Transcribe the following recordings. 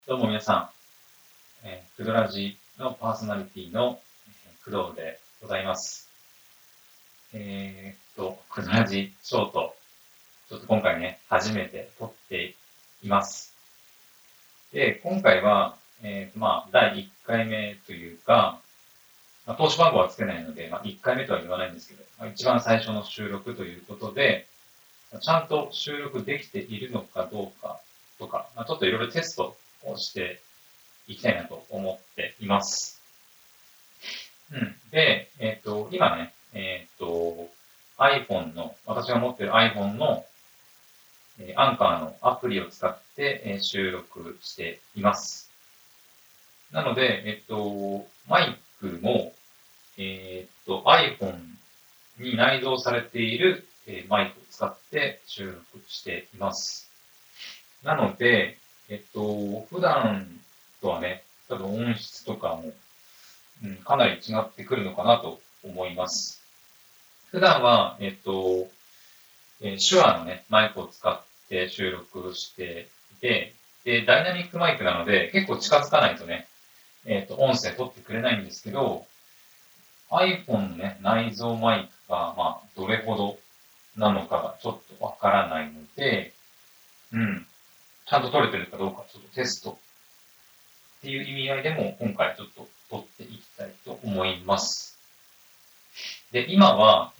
どうも皆さん、クドラジのパーソナリティの工藤でございます。クドラジショート、ちょっと今回ね、初めて撮っています。で、今回は、第1回目というか、投資番号はつけないので、1回目とは言わないんですけど、一番最初の収録ということで、ちゃんと収録できているのかどうかとか、ちょっといろいろテストをしていきたいなと思っています。で、今ね、iPhone の、私が持っている iPhone の、アンカーのアプリを使って、収録しています。なので、マイクも、iPhone に内蔵されている、マイクを使って収録しています。なので、普段とはね、多分音質とかも、かなり違ってくるのかなと思います。普段は、手話のね、マイクを使って収録していて、で、ダイナミックマイクなので、結構近づかないとね、音声取ってくれないんですけど、iPhone のね、内蔵マイクが、どれほどなのかがちょっとわからないので、ちゃんと取れてるかどうか、ちょっとテストっていう意味合いでも、今回ちょっと取っていきたいと思います。で、今は、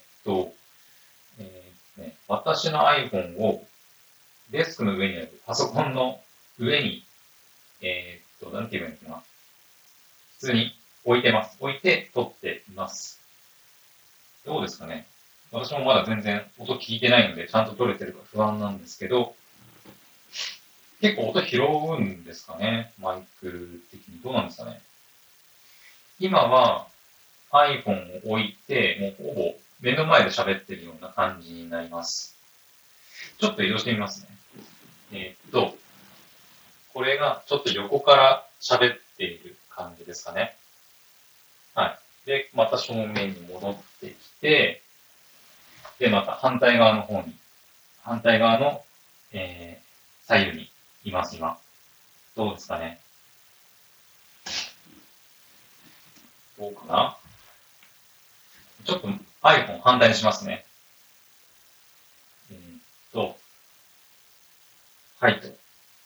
私の iPhone をデスクの上にあるパソコンの上に、なんて言えばいいのかな。普通に置いてます。置いて撮っています。どうですかね。私もまだ全然音聞いてないので、ちゃんと撮れてるか不安なんですけど、結構音拾うんですかね。マイク的に。どうなんですかね。今は iPhone を置いて、もうほぼ目の前で喋ってるような感じになります。ちょっと移動してみますね。これがちょっと横から喋っている感じですかね。はい。で、また正面に戻ってきて、で、また反対側の、左右にいます、今。どうですかね。どうかな。ちょっと iPhone 反対にしますね。と、はいと。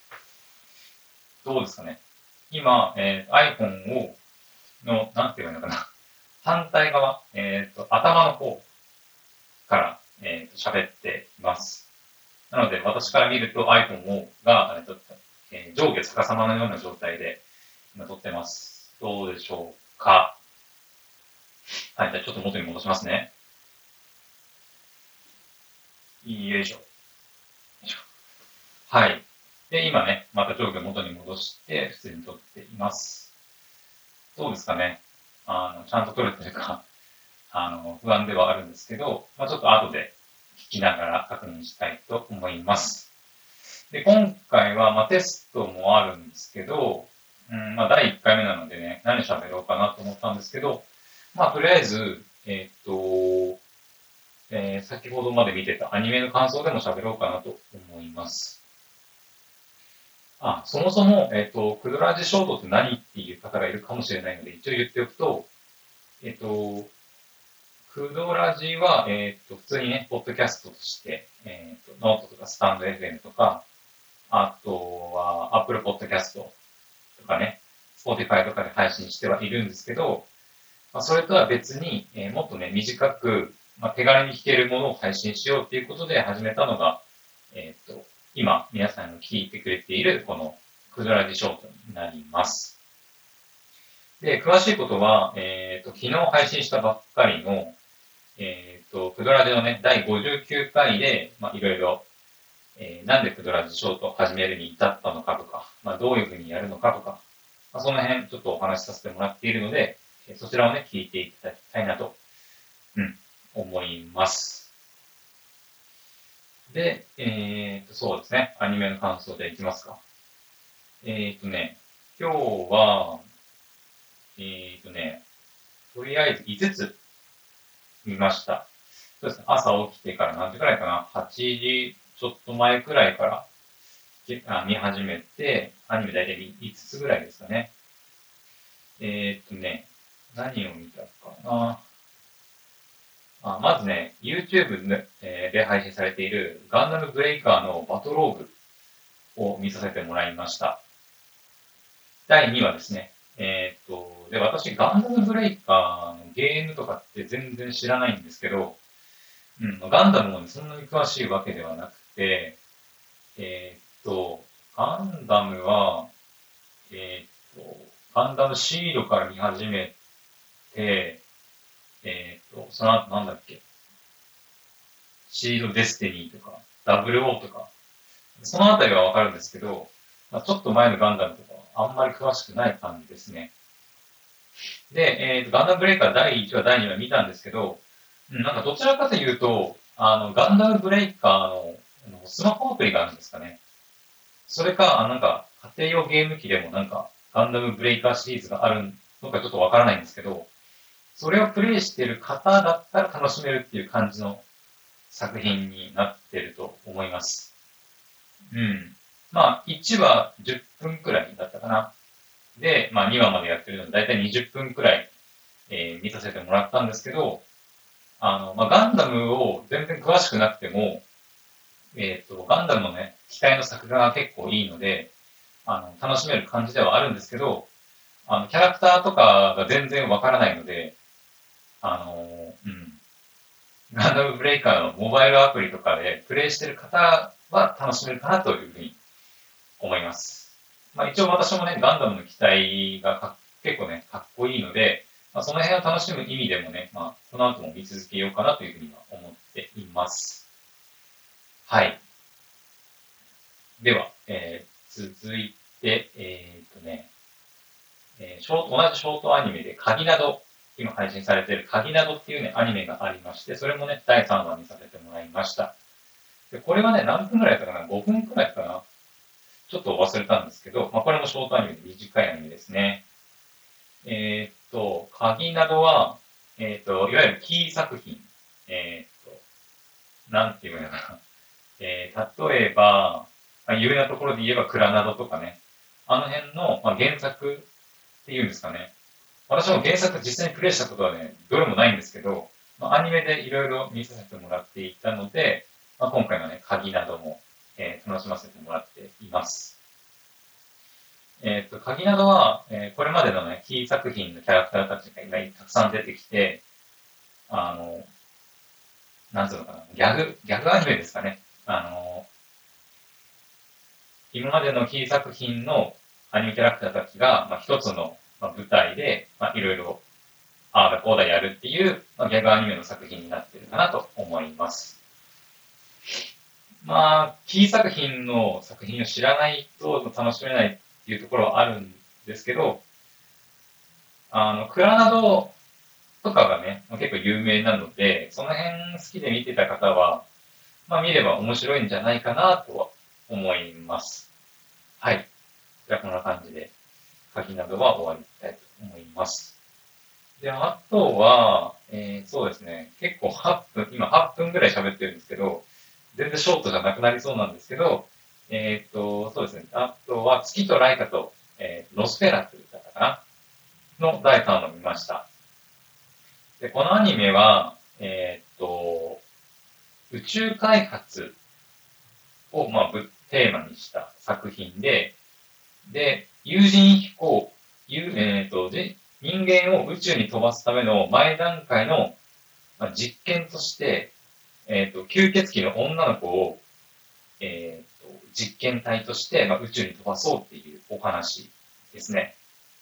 どうですかね。今、iPhone なんて言うのかな。反対側、頭の方から、喋っています。なので、私から見ると iPhone が、上下逆さまのような状態で今撮ってます。どうでしょうか。はい、じゃあちょっと元に戻しますね。よいしょ。はい。で、今ね、また上下元に戻して、普通に撮っています。どうですかね。ちゃんと撮れてるか、不安ではあるんですけど、ちょっと後で聞きながら確認したいと思います。で、今回は、テストもあるんですけど、第1回目なのでね、何喋ろうかなと思ったんですけど、とりあえず、先ほどまで見てたアニメの感想でも喋ろうかなと思います。そもそも、クドラジショートって何っていう方がいるかもしれないので、一応言っておくと、クドラジは、普通にね、ポッドキャストとして、ノートとかスタンド FM とか、あとは Apple Podcast とかね、Spotify とかで配信してはいるんですけど、それとは別に、もっとね、短く、手軽に聞けるものを配信しようということで始めたのが、今、皆さんが聞いてくれている、この、クドラジショートになります。で、詳しいことは、昨日配信したばっかりの、クドラジのね、第59回で、いろいろ、なんでクドラジショートを始めるに至ったのかとか、どういうふうにやるのかとか、その辺ちょっとお話しさせてもらっているので、そちらをね、聞いていただきたいなと、思います。で、そうですね、アニメの感想でいきますか。今日は、とりあえず5つ見ました。そうですね、朝起きてから何時くらいかな、8時ちょっと前くらいから、 見始めて、アニメ大体5つぐらいですかね。何を見たかな。まずね、YouTube で配信されているガンダムブレイカーのバトローグを見させてもらいました。第2話ですね。で、私、ガンダムブレイカーのゲームとかって全然知らないんですけど、ガンダムも、ね、そんなに詳しいわけではなくて、ガンダムは、ガンダムシードから見始めて、その後なんだっけ、シードデスティニーとか、WO とか、そのあたりはわかるんですけど、ちょっと前のガンダムとかはあんまり詳しくない感じですね。で、ガンダムブレイカー第1話、第2話見たんですけど、なんかどちらかというと、ガンダムブレイカーのスマホアプリがあるんですかね。それか、なんか、家庭用ゲーム機でもなんか、ガンダムブレイカーシリーズがあるのかちょっとわからないんですけど、それをプレイしている方だったら楽しめるっていう感じの作品になってると思います。1話10分くらいだったかな。で、2話までやってるので、だいたい20分くらい、見させてもらったんですけど、ガンダムを全然詳しくなくても、ガンダムのね、機体の作画が結構いいので、楽しめる感じではあるんですけど、キャラクターとかが全然わからないので、ガンダムブレイカーのモバイルアプリとかでプレイしてる方は楽しめるかなというふうに思います。一応私もね、ガンダムの機体が結構ね、かっこいいので、その辺を楽しむ意味でもね、この後も見続けようかなというふうには思っています。はい。では、続いて、同じショートアニメで、鍵など、今配信されている鍵などっていうね、アニメがありまして、それもね、第3話見させてもらいました。で、これはね、何分くらいだったかな ?5 分くらいかなちょっと忘れたんですけど、これもショートアニメで短いアニメですね。鍵などは、いわゆるキー作品。なんていうのかな。例えば、有名なところで言えば、クラナドとかね。あの辺の、原作っていうんですかね。私も原作実際にプレイしたことはね、どれもないんですけど、アニメでいろいろ見させてもらっていたので、今回のね、鍵なども、楽しませてもらっています。鍵などは、これまでのね、キー作品のキャラクターたちが今たくさん出てきて、なんつうのかな、ギャグアニメですかね。今までのキー作品のアニメキャラクターたちが、一つの舞台で、いろいろ、ああだこうだやるっていう、ギャグアニメの作品になってるかなと思います。キー作品の作品を知らないと楽しめないっていうところはあるんですけど、クラナドとかがね、結構有名なので、その辺好きで見てた方は、見れば面白いんじゃないかなとは思います。はい。じゃあこんな感じで、鍵などは終わりたいと思います。で、あとは、そうですね、結構今8分ぐらい喋ってるんですけど、全然ショートじゃなくなりそうなんですけど、そうですね、あとは月とライカと、ノスフェラトゥだったかなの第3話を見ました。で、このアニメは、宇宙開発を、テーマにした作品で、有人飛行、人間を宇宙に飛ばすための前段階の、実験として、吸血鬼の女の子を、実験体として、宇宙に飛ばそうっていうお話ですね。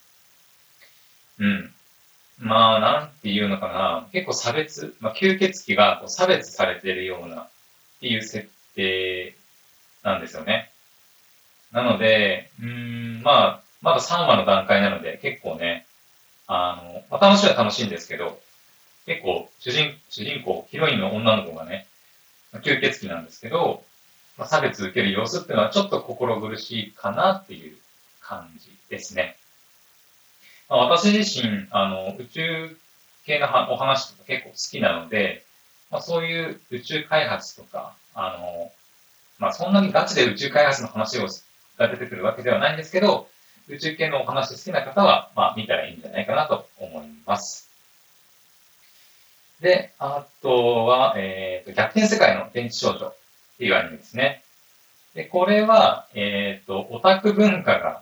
なんていうのかな。結構差別、吸血鬼が差別されているようなっていう設定なんですよね。なので、まだ3話の段階なので、結構ね、楽しいは楽しいんですけど、結構主人公、ヒロインの女の子がね、吸血鬼なんですけど、差別受ける様子っていうのはちょっと心苦しいかなっていう感じですね。私自身、宇宙系のお話とか結構好きなので、そういう宇宙開発とか、 まあそんなにガチで宇宙開発の話が出てくるわけではないんですけど、宇宙系のお話好きな方は、まあ見たらいいんじゃないかなと思います。で、あとは、逆転世界の電池少女っていうアニメですね。で、これは、オタク文化が、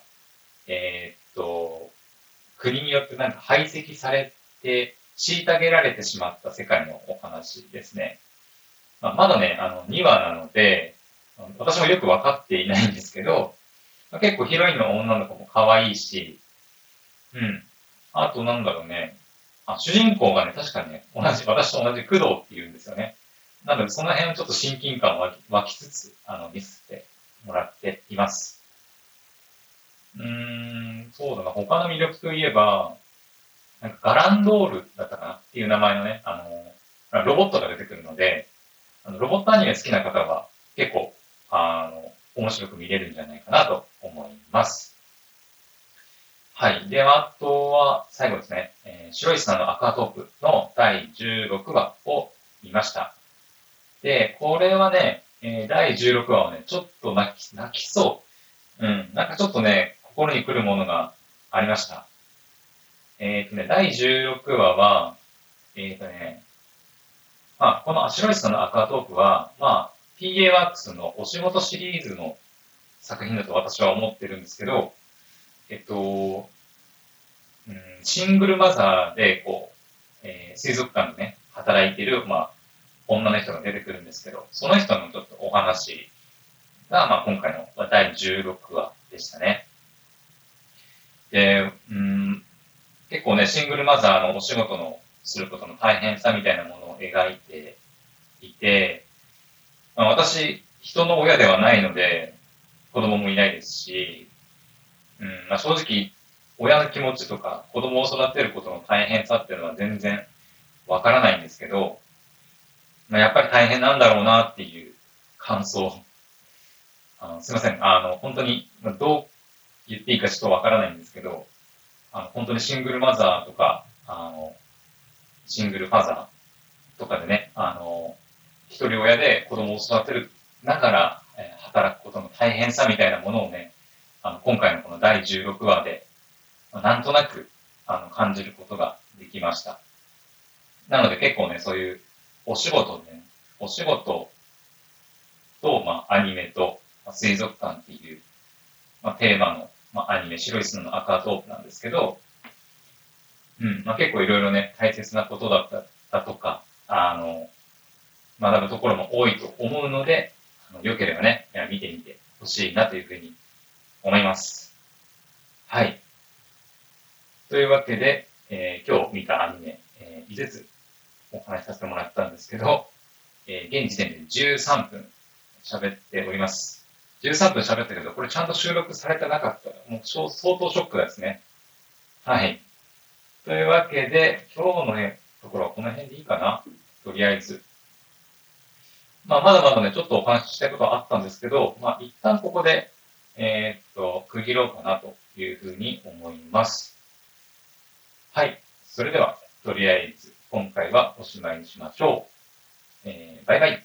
国によってなんか排斥されて、虐げられてしまった世界のお話ですね。まあ、まだね、2話なので、私もよくわかっていないんですけど、まあ、結構ヒロインの女の子も可愛いし、うん。あとなんだろうね。主人公がね、確かにね、私と同じ工藤って言うんですよね。なので、その辺をちょっと親近感を湧きつつ、見せてもらっています。そうだな。他の魅力といえば、なんかガランドールだったかなっていう名前のね、ロボットが出てくるので、ロボットアニメ好きな方は結構、面白く見れるんじゃないかなと思います。はい。では、あとは、最後ですね、白い砂のアクアトークの第16話を見ました。で、これはね、第16話はね、ちょっと泣きそう。うん。なんかちょっとね、心に来るものがありました。第16話は、まあ、この白石さんのアクアトークは、まあ、PA ワークスのお仕事シリーズの作品だと私は思ってるんですけど、シングルマザーで、こう、水族館でね、働いてる、まあ、女の人が出てくるんですけど、その人のちょっとお話が、まあ、今回の第16話でしたね。で、結構ね、シングルマザーのお仕事のすることの大変さみたいなものを描いていて、まあ、私、人の親ではないので、子供もいないですし、まあ、正直、親の気持ちとか子供を育てることの大変さっていうのは全然わからないんですけど、まあ、やっぱり大変なんだろうなっていう感想。すいません。本当に、どう言っていいかちょっとわからないんですけど、本当にシングルマザーとか、シングルファザーとかでね、一人親で子供を育てるながら、働くことの大変さみたいなものをね、今回のこの第16話で、なんとなく、感じることができました。なので結構ね、そういうお仕事でね、お仕事と、まあ、アニメと、まあ、水族館っていう、まあ、テーマの、まあ、アニメ、白い砂のアクアトークなんですけど、まあ、結構いろいろね、大切なことだとか、学ぶところも多いと思うので、良ければね、見てみてほしいなというふうに思います。はい。というわけで、今日見たアニメ、5つお話しさせてもらったんですけど、現時点で13分喋っております。13分喋ったけど、これちゃんと収録されてなかったら、もう相当ショックですね。はい。というわけで、今日のね、ところはこの辺でいいかな。とりあえず。まあ、まだまだね、ちょっとお話ししたいことはあったんですけど、まあ、一旦ここで、区切ろうかなというふうに思います。はい。それでは、とりあえず、今回はおしまいにしましょう。バイバイ。